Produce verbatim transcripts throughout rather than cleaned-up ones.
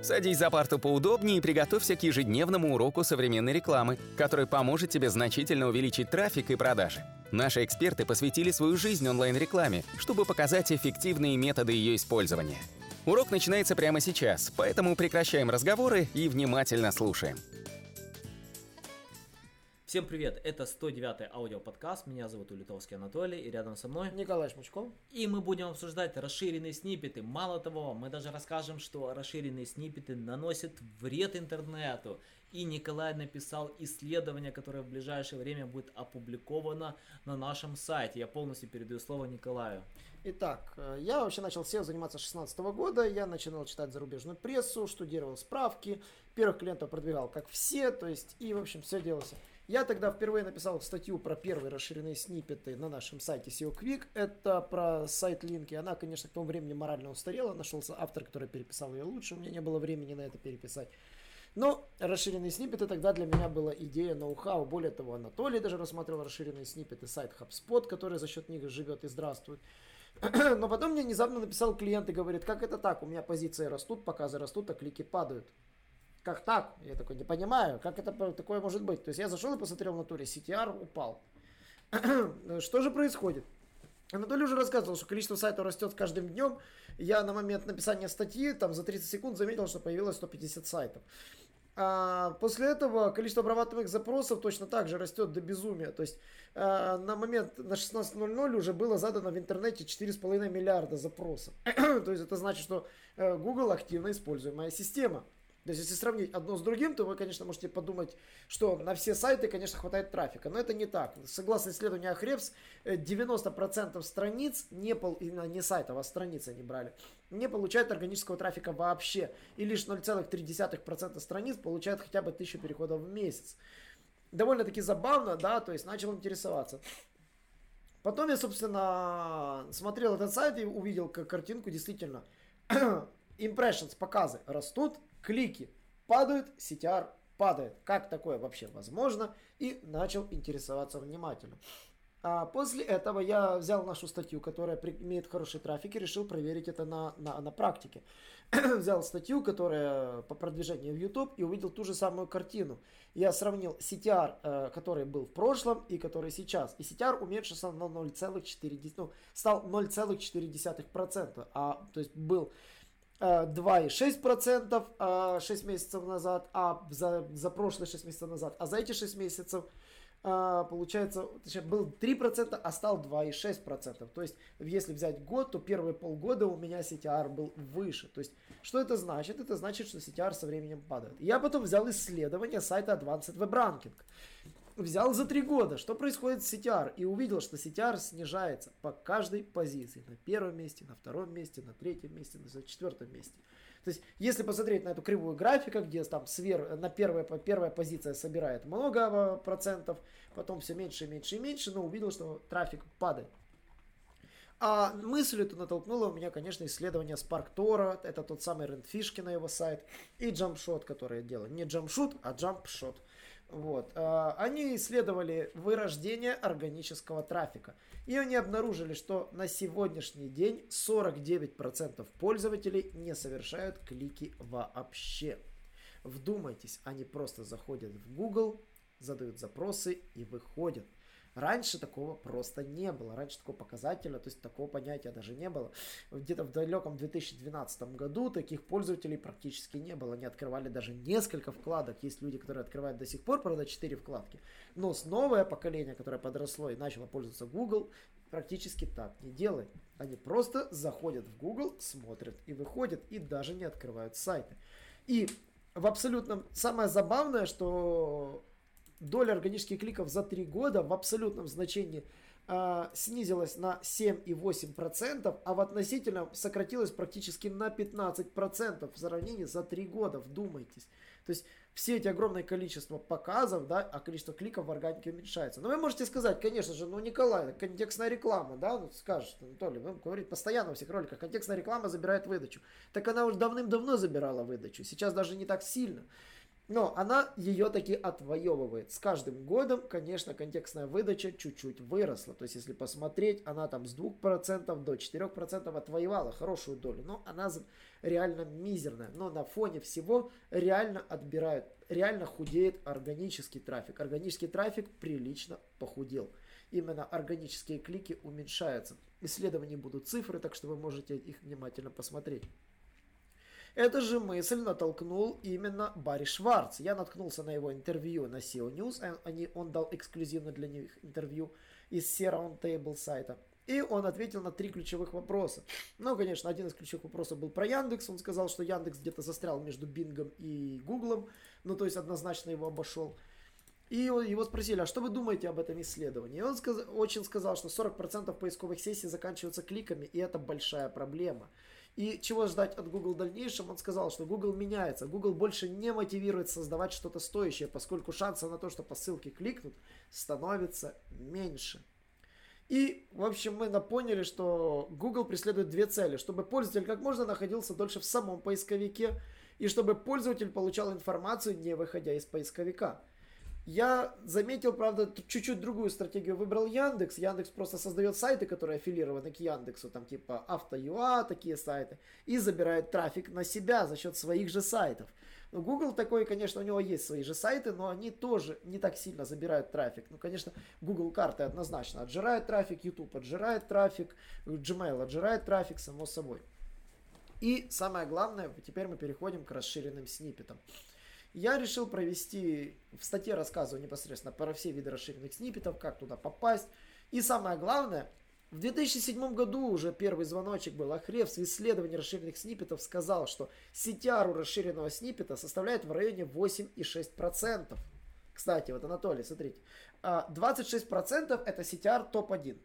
Садись за парту поудобнее и приготовься к ежедневному уроку современной рекламы, который поможет тебе значительно увеличить трафик и продажи. Наши эксперты посвятили свою жизнь онлайн-рекламе, чтобы показать эффективные методы ее использования. Урок начинается прямо сейчас, поэтому прекращаем разговоры и внимательно слушаем. Всем привет, это сто девятый аудиоподкаст, меня зовут Улитовский Анатолий, и рядом со мной Николай Шмычков. И мы будем обсуждать расширенные сниппеты. Мало того, мы даже расскажем, что расширенные сниппеты наносят вред интернету. И Николай написал исследование, которое в ближайшее время будет опубликовано на нашем сайте. Я полностью передаю слово Николаю. Итак, я вообще начал сео заниматься с две тысячи шестнадцатого года, я начинал читать зарубежную прессу, штудировал справки, первых клиентов продвигал как все, то есть и в общем все делался. Я тогда впервые написал статью про первые расширенные сниппеты на нашем сайте сео Quick. Это про сайт-линки. Она, конечно, к тому времени морально устарела. Нашелся автор, который переписал ее лучше. У меня не было времени на это переписать. Но расширенные сниппеты тогда для меня была идея ноу-хау. Более того, Анатолий даже рассматривал расширенные сниппеты. Сайт HubSpot, который за счет них живет и здравствует. Но потом мне внезапно написал клиент и говорит, как это так? У меня позиции растут, показы растут, а клики падают. Как так? Я такой не понимаю, как это такое может быть. То есть я зашел и посмотрел в натуре, си ти ар упал. Что же происходит? Анатолий уже рассказывал, что количество сайтов растет с каждым днем. Я на момент написания статьи там за тридцать секунд заметил, что появилось сто пятьдесят сайтов. А после этого количество обрабатываемых запросов точно так же растет до безумия. То есть а, на момент на шестнадцать ноль ноль уже было задано в интернете четыре с половиной миллиарда запросов. То есть это значит, что Google активно используемая система. То есть, если сравнить одно с другим, то вы, конечно, можете подумать, что на все сайты, конечно, хватает трафика. Но это не так. Согласно исследованию Ahrefs, девяносто процентов страниц, не, пол, не сайтов, а страниц они брали, не получают органического трафика вообще. И лишь ноль целых три десятых процента страниц получают хотя бы тысячу переходов в месяц. Довольно-таки забавно, да, то есть начал интересоваться. Потом я, собственно, смотрел этот сайт и увидел как картинку, действительно, impressions, показы растут, клики падают, си ти ар падает. Как такое вообще возможно? И начал интересоваться внимательно. А после этого я взял нашу статью, которая имеет хороший трафик, и решил проверить это на, на, на практике. Взял статью, которая по продвижению в YouTube, и увидел ту же самую картину. Я сравнил си ти ар, э, который был в прошлом и который сейчас. И си ти ар уменьшился на ноль целых четыре десятых, ну, стал ноль целых четыре десятых процента. А, то есть был два и шесть десятых процента шесть месяцев назад, а за, за прошлые шесть месяцев назад, а за эти шесть месяцев получается, точнее, был три процента, а стал два и шесть десятых процента. То есть, если взять год, то первые полгода у меня си ти ар был выше. То есть, что это значит? Это значит, что си ти ар со временем падает. Я потом взял исследование сайта Advanced Web Ranking. Взял за три года, что происходит с си ти ар, и увидел, что си ти ар снижается по каждой позиции. На первом месте, на втором месте, на третьем месте, на четвертом месте. То есть, если посмотреть на эту кривую графика, где там свер, на первая, первая позиция собирает много процентов, потом все меньше и меньше и меньше, но увидел, что трафик падает. А мысль эту натолкнуло у меня, конечно, исследование SparkToro, это тот самый Рэнд Фишки на его сайт, и JumpShot, который я делаю. Не JumpShoot, а JumpShot. Вот. Они исследовали вырождение органического трафика. И они обнаружили, что на сегодняшний день сорок девять процентов пользователей не совершают клики вообще. Вдумайтесь, они просто заходят в Google, задают запросы и выходят. Раньше такого просто не было. Раньше такого показателя, то есть такого понятия даже не было. Где-то в далеком две тысячи двенадцатом году таких пользователей практически не было. Они открывали даже несколько вкладок. Есть люди, которые открывают до сих пор, правда, четыре вкладки. Но с новое поколение, которое подросло и начало пользоваться Google, практически так не делает. Они просто заходят в Google, смотрят и выходят, и даже не открывают сайты. И в абсолютном... Самое забавное, что... доля органических кликов за три года в абсолютном значении э, снизилась на семь и восемь десятых процента, а в относительном сократилась практически на пятнадцать процентов в сравнении за три года. Вдумайтесь. То есть все эти огромное количество показов, да, а количество кликов в органике уменьшается. Но вы можете сказать, конечно же, ну, Николай, контекстная реклама, да, ну, скажет Анатолий, вы говорите постоянно во всех роликах, контекстная реклама забирает выдачу. Так она уже давным-давно забирала выдачу, сейчас даже не так сильно. Но она ее таки отвоевывает. С каждым годом, конечно, контекстная выдача чуть-чуть выросла. То есть, если посмотреть, она там с двух процентов до четырёх процентов отвоевала хорошую долю. Но она реально мизерная. Но на фоне всего реально отбирают, реально худеет органический трафик. Органический трафик прилично похудел. Именно органические клики уменьшаются. Исследований будут цифры, так что вы можете их внимательно посмотреть. Эту же мысль натолкнул именно Барри Шварц. Я наткнулся на его интервью на сео News. Они, он дал эксклюзивно для них интервью из си Roundtable сайта. И он ответил на три ключевых вопроса. Ну, конечно, один из ключевых вопросов был про Яндекс. Он сказал, что Яндекс где-то застрял между Бингом и Гуглом. Ну, то есть однозначно его обошел. И его спросили, а что вы думаете об этом исследовании? И он сказ... очень сказал, что сорок процентов поисковых сессий заканчиваются кликами, и это большая проблема. И чего ждать от Google в дальнейшем? Он сказал, что Google меняется. Google больше не мотивирует создавать что-то стоящее, поскольку шансов на то, что по ссылке кликнут, становится меньше. И, в общем, мы поняли, что Google преследует две цели. Чтобы пользователь как можно находился дольше в самом поисковике, и чтобы пользователь получал информацию, не выходя из поисковика. Я заметил, правда, чуть-чуть другую стратегию выбрал Яндекс. Яндекс просто создает сайты, которые аффилированы к Яндексу, там типа Авто.юа, такие сайты, и забирает трафик на себя за счет своих же сайтов. Но Google такой, конечно, у него есть свои же сайты, но они тоже не так сильно забирают трафик. Ну, конечно, Google карты однозначно отжирает трафик, YouTube отжирает трафик, Gmail отжирает трафик, само собой. И самое главное, теперь мы переходим к расширенным сниппетам. Я решил провести, в статье рассказываю непосредственно про все виды расширенных сниппетов, как туда попасть. И самое главное, в две тысячи седьмом году уже первый звоночек был. Ahrefs в исследовании расширенных сниппетов сказал, что си ти ар у расширенного сниппета составляет в районе восемь и шесть десятых процента. Кстати, вот Анатолий, смотрите, двадцать шесть процентов это си ти ар топ один.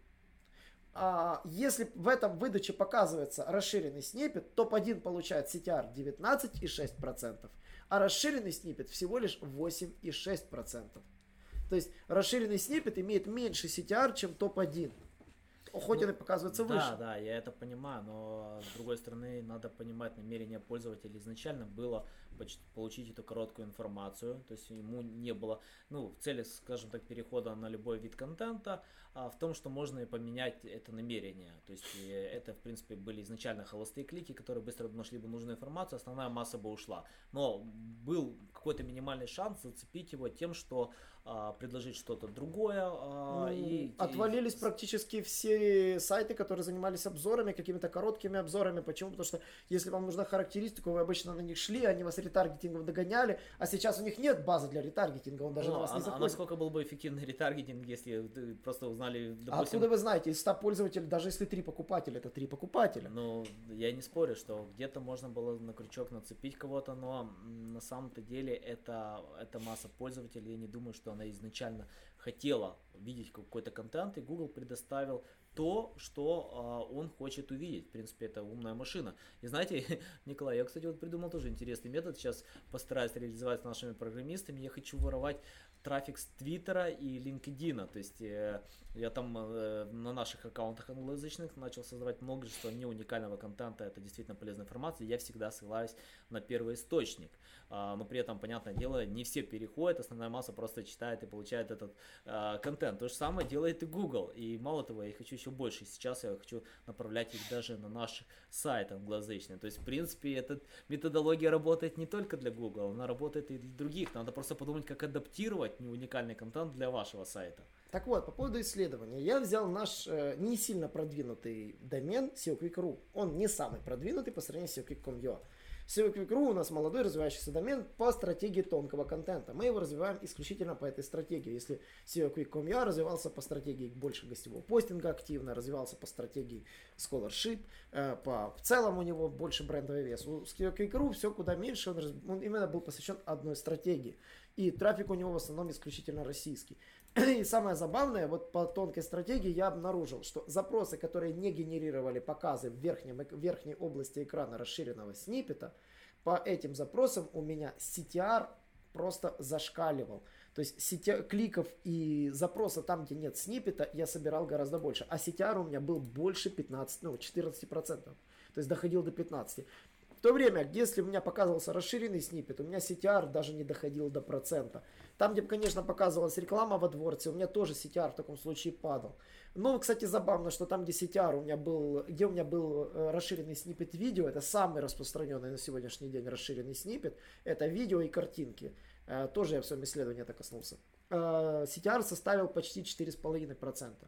Если в этом выдаче показывается расширенный сниппет, топ один получает си ти ар девятнадцать и шесть десятых процента. А расширенный сниппет всего лишь восемь и шесть десятых процента. То есть расширенный сниппет имеет меньше си ти ар, чем топ один. Хоть ну, это показывается да, выше. Да, да, я это понимаю, но с другой стороны надо понимать, намерение пользователя изначально было получить эту короткую информацию, то есть ему не было, ну, в цели, скажем так, перехода на любой вид контента, а в том, что можно и поменять это намерение. То есть это, в принципе, были изначально холостые клики, которые быстро нашли бы нужную информацию, основная масса бы ушла. Но был какой-то минимальный шанс зацепить его тем, что а, предложить что-то другое. А, ну, и, отвалились и... практически все сайты, которые занимались обзорами, какими-то короткими обзорами. Почему? Потому что если вам нужна характеристика, вы обычно на них шли, они вас ретаргетингом догоняли, а сейчас у них нет базы для ретаргетинга, он даже ну, на вас а, не заходит. А насколько был бы эффективный ретаргетинг, если ты просто узнали, допустим... А откуда вы знаете, из ста пользователей, даже если три покупателя, это три покупателя? Ну, я не спорю, что где-то можно было на крючок нацепить кого-то, но на самом-то деле это, это масса пользователей, я не думаю, что она изначально хотела видеть какой-то контент, и Google предоставил то, что э, он хочет увидеть. В принципе, это умная машина. И знаете, Николай, я, кстати, вот придумал тоже интересный метод. Сейчас постараюсь реализовать с нашими программистами. Я хочу воровать трафик с Твиттера и LinkedIn. То есть э, я там э, на наших аккаунтах англоязычных начал создавать множество не уникального контента. Это действительно полезная информация. Я всегда ссылаюсь на первый источник. А, но при этом, понятное дело, не все переходят. Основная масса просто читает и получает этот э, контент. То же самое делает и Google. И мало того, я хочу еще больше. Сейчас я хочу направлять их даже на наш сайт англоязычный. То есть, в принципе, эта методология работает не только для Google, она работает и для других. Надо просто подумать, как адаптировать не уникальный контент для вашего сайта. Так вот, по поводу исследования. Я взял наш э, не сильно продвинутый домен сео Quick точка ру. Он не самый продвинутый по сравнению с сео Quick точка ком точка ю а. сео Quick точка ру у нас молодой развивающийся домен по стратегии тонкого контента. Мы его развиваем исключительно по этой стратегии. Если сео Quick точка ком точка ю а развивался по стратегии больше гостевого постинга активно, развивался по стратегии scholarship, э, по, в целом у него больше брендовый вес. У сео Quick точка ру все куда меньше, он, он именно был посвящен одной стратегии. И трафик у него в основном исключительно российский. И самое забавное, вот по тонкой стратегии я обнаружил, что запросы, которые не генерировали показы в, верхнем, в верхней области экрана расширенного сниппета, по этим запросам у меня си ти ар просто зашкаливал. То есть си ти ар, кликов и запроса там, где нет сниппета, я собирал гораздо больше. А си ти ар у меня был больше пятнадцати, ну, четырнадцати процентов. То есть доходил до пятнадцати процентов. В то время, если у меня показывался расширенный сниппет, у меня си ти ар даже не доходил до процента. Там, где, конечно, показывалась реклама в AdWords, у меня тоже си ти ар в таком случае падал. Но, кстати, забавно, что там, где си ти ар у меня был, где у меня был расширенный сниппет видео, это самый распространенный на сегодняшний день расширенный сниппет, это видео и картинки. Тоже я в своем исследовании это коснулся. си ти ар составил почти четыре с половиной процента.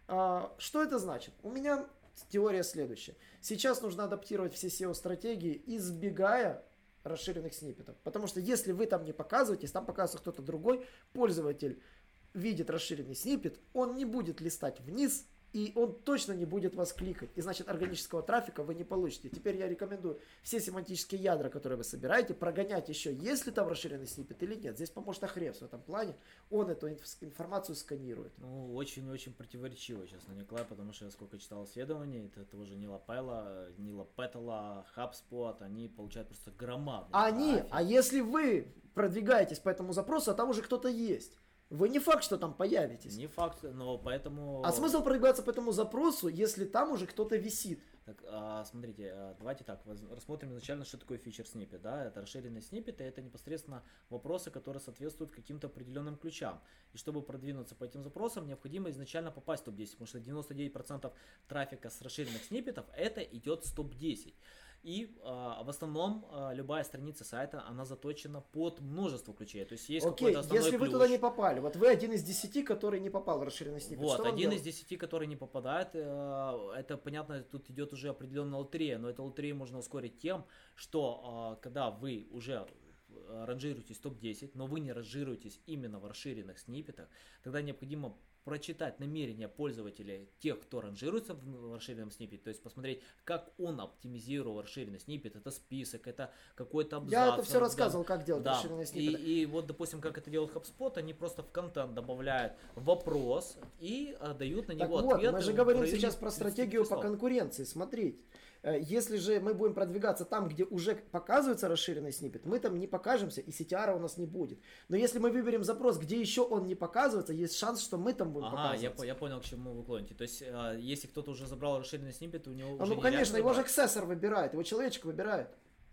Что это значит? У меня теория следующая. Сейчас нужно адаптировать все сео-стратегии, избегая расширенных сниппетов. Потому что если вы там не показываетесь, там показывается кто-то другой, пользователь видит расширенный сниппет, он не будет листать вниз, и он точно не будет вас кликать. И значит, органического трафика вы не получите. Теперь я рекомендую все семантические ядра, которые вы собираете, прогонять еще, есть ли там расширенный сниппет или нет. Здесь поможет Ahrefs в этом плане. Он эту информацию сканирует. Ну, очень-очень противоречиво, честно, Николай, потому что я сколько читал исследований, это того же Нила Пайла, Нила Петтела, HubSpot, они получают просто громадный Они, трафик. А если вы продвигаетесь по этому запросу, а там уже кто-то есть, вы не факт, что там появитесь. Не факт, но поэтому... А смысл продвигаться по этому запросу, если там уже кто-то висит? Так, а, смотрите, а, давайте так, рассмотрим изначально, что такое фичер сниппет, да, это расширенные сниппеты, это непосредственно вопросы, которые соответствуют каким-то определенным ключам, и чтобы продвинуться по этим запросам, необходимо изначально попасть в топ десять, потому что девяносто девять процентов трафика с расширенных сниппетов, это идет с топ десять. И а, в основном а, любая страница сайта, она заточена под множество ключей. То есть есть Окей, какой-то основной если вы ключ. туда не попали, вот вы один из десяти, который не попал в расширенный сниппет. Вот, что один делать? из десяти, который не попадает, э, это понятно, тут идет уже определенная лотерея, но эту лотерею можно ускорить тем, что э, когда вы уже ранжируетесь в топ десять, но вы не ранжируетесь именно в расширенных сниппетах, тогда необходимо прочитать намерения пользователей, тех, кто ранжируется в расширенном сниппете, то есть посмотреть, как он оптимизировал расширенный сниппет, это список, это какой-то абзац. Я это все да, рассказывал, как делать да. расширенные сниппеты. И, и вот, допустим, как это делает HubSpot, они просто в контент добавляют вопрос и а, дают на Так него вот, ответ. мы же говорим сейчас про стратегию по конкуренции. Смотрите, если же мы будем продвигаться там, где уже показывается расширенный сниппет, мы там не покажемся, и си ти ар у нас не будет. Но если мы выберем запрос, где еще он не показывается, есть шанс, что мы там будем ага, показываться. Я, я понял, к чему вы клоните. То есть, э, если кто-то уже забрал расширенный сниппет, у него а уже ну, конечно, его же выбрать. аксессор выбирает, его человечек выбирает.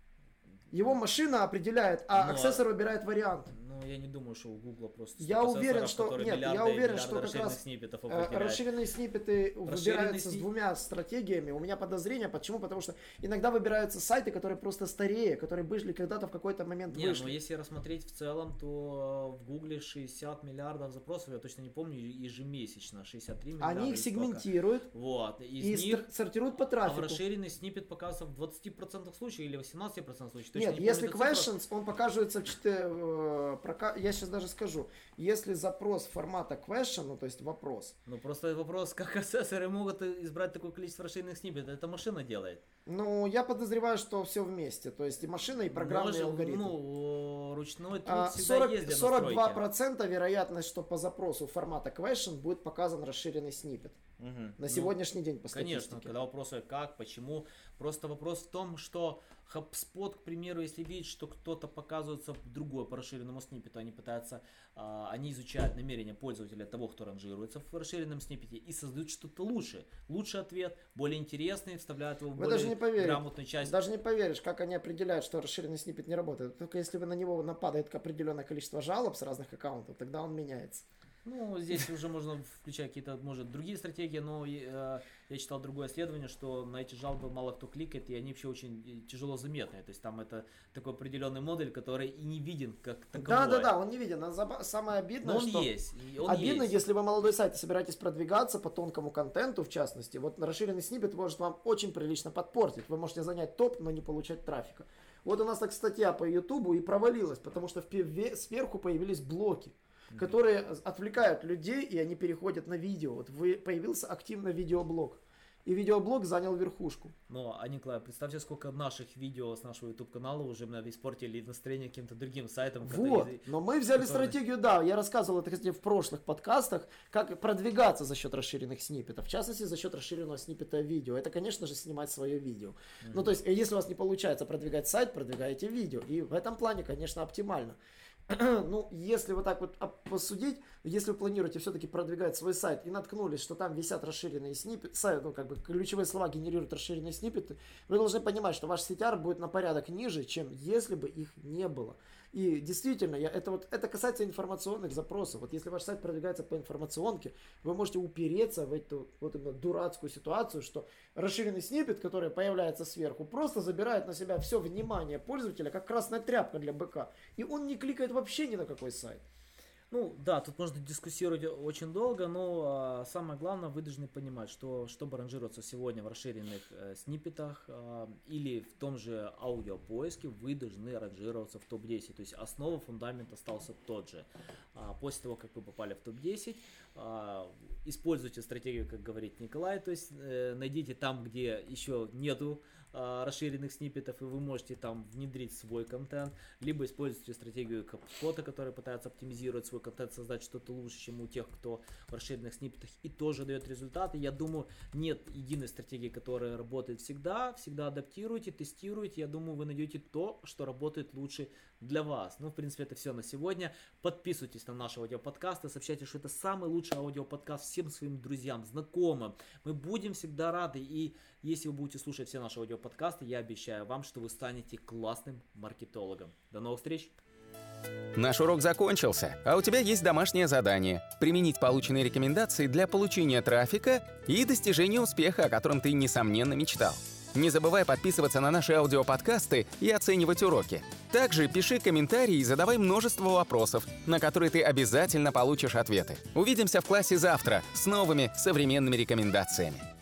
Его машина определяет, а Но... аксессор выбирает вариант. Ну, я не думаю, что у Гугла просто Я уверен, что нет, я уверен, что как раз сниппетов э, расширенные сниппеты выбираются сни... с двумя стратегиями. У меня подозрение, почему? Потому что иногда выбираются сайты, которые просто старее, которые были когда-то в какой-то момент не, вышли. но если рассмотреть в целом, то в Гугле шестьдесят миллиардов запросов, я точно не помню, ежемесячно шестьдесят три миллиарда. Они их сегментируют вот, из и них... сортируют по А трафику. в расширенный сниппет показывается в двадцати процентах случаев или восемнадцати процентах случаев? Нет, не если помню, questions, он покажется в четыре... Э, прока... Я сейчас даже скажу. Если запрос формата question, ну то есть вопрос. Ну просто вопрос, как ассессоры могут избрать такое количество расширенных сниппетов, это машина делает. Ну, я подозреваю, что все вместе. То есть и машина, и программные Может, алгоритмы. Ну, ручной труд А, всегда сорок, есть для сорок два настройки. процента вероятность, что по запросу формата question будет показан расширенный сниппет. Угу. На Ну, сегодняшний день по статистике. Конечно, когда вопросы как, почему. Просто вопрос в том, что HubSpot, к примеру, если видит, что кто-то показывается другой по расширенному сниппету, они пытаются, а, они изучают намерения пользователя того, кто ранжируется в расширенном сниппете и создают что-то лучше. Лучший ответ, более интересный, вставляют его в Вы более даже не поверите. грамотную часть. Даже не поверишь, как они определяют, что расширенный сниппет не работает. Только если вы на него нападает определенное количество жалоб с разных аккаунтов, тогда он меняется. Ну, здесь уже можно включать какие-то, может, другие стратегии, но э, я читал другое исследование, что на эти жалобы мало кто кликает, и они вообще очень тяжело заметные. То есть там это такой определенный модуль, который и не виден как таковой. Да, да, да, он не виден. А заба- самое обидное, Но он что... есть. и Он Обидно, есть. если вы молодой сайт и собираетесь продвигаться по тонкому контенту, в частности. Вот расширенный сниппет может вам очень прилично подпортить. Вы можете занять топ, но не получать трафика. Вот у нас так статья по Ютубу и провалилась, потому что в пи- сверху появились блоки, которые отвлекают людей, и они переходят на видео. Вот вы, появился активно видеоблог. И видеоблог занял верхушку. Ну, а Николай, представьте, сколько наших видео с нашего YouTube канала уже наверное, испортили настроение каким-то другим сайтам. Вот, которые... но мы взяли которые... стратегию, да, я рассказывал это, кстати, в прошлых подкастах, как продвигаться за счет расширенных сниппетов, в частности, за счет расширенного сниппета видео. Это, конечно же, снимать свое видео. Mm-hmm. Ну, то есть, если у вас не получается продвигать сайт, продвигайте видео. И в этом плане, конечно, оптимально. Ну, если вот так вот посудить, если вы планируете все-таки продвигать свой сайт и наткнулись, что там висят расширенные сниппеты, сайт, ну, как бы ключевые слова генерируют расширенные сниппеты, вы должны понимать, что ваш си ти ар будет на порядок ниже, чем если бы их не было. И действительно, я, это, вот, это касается информационных запросов. Вот если ваш сайт продвигается по информационке, вы можете упереться в эту вот именно дурацкую ситуацию, что расширенный сниппет, который появляется сверху, просто забирает на себя все внимание пользователя, как красная тряпка для быка. И он не кликает вообще ни на какой сайт. Ну да, тут можно дискуссировать очень долго, но а, самое главное, вы должны понимать, что чтобы ранжироваться сегодня в расширенных э, сниппетах а, или в том же аудиопоиске, вы должны ранжироваться в топ десять. То есть основа, фундамент остался тот же. А, после того, как вы попали в топ десять, а, используйте стратегию, как говорит Николай, то есть э, найдите там, где еще нету расширенных сниппетов, и вы можете там внедрить свой контент, либо используйте стратегию HubSpot, который пытается оптимизировать свой контент, создать что-то лучше, чем у тех, кто в расширенных сниппетах, и тоже дает результаты. Я думаю, нет единой стратегии, которая работает всегда. Всегда адаптируйте, тестируйте. Я думаю, вы найдете то, что работает лучше для вас. Ну, в принципе, это все на сегодня. Подписывайтесь на наши аудиоподкасты, сообщайте, что это самый лучший аудиоподкаст всем своим друзьям, знакомым. Мы будем всегда рады, и если вы будете слушать все наши аудиоподкасты, я обещаю вам, что вы станете классным маркетологом. До новых встреч! Наш урок закончился, а у тебя есть домашнее задание – применить полученные рекомендации для получения трафика и достижения успеха, о котором ты, несомненно, мечтал. Не забывай подписываться на наши аудиоподкасты и оценивать уроки. Также пиши комментарии и задавай множество вопросов, на которые ты обязательно получишь ответы. Увидимся в классе завтра с новыми современными рекомендациями.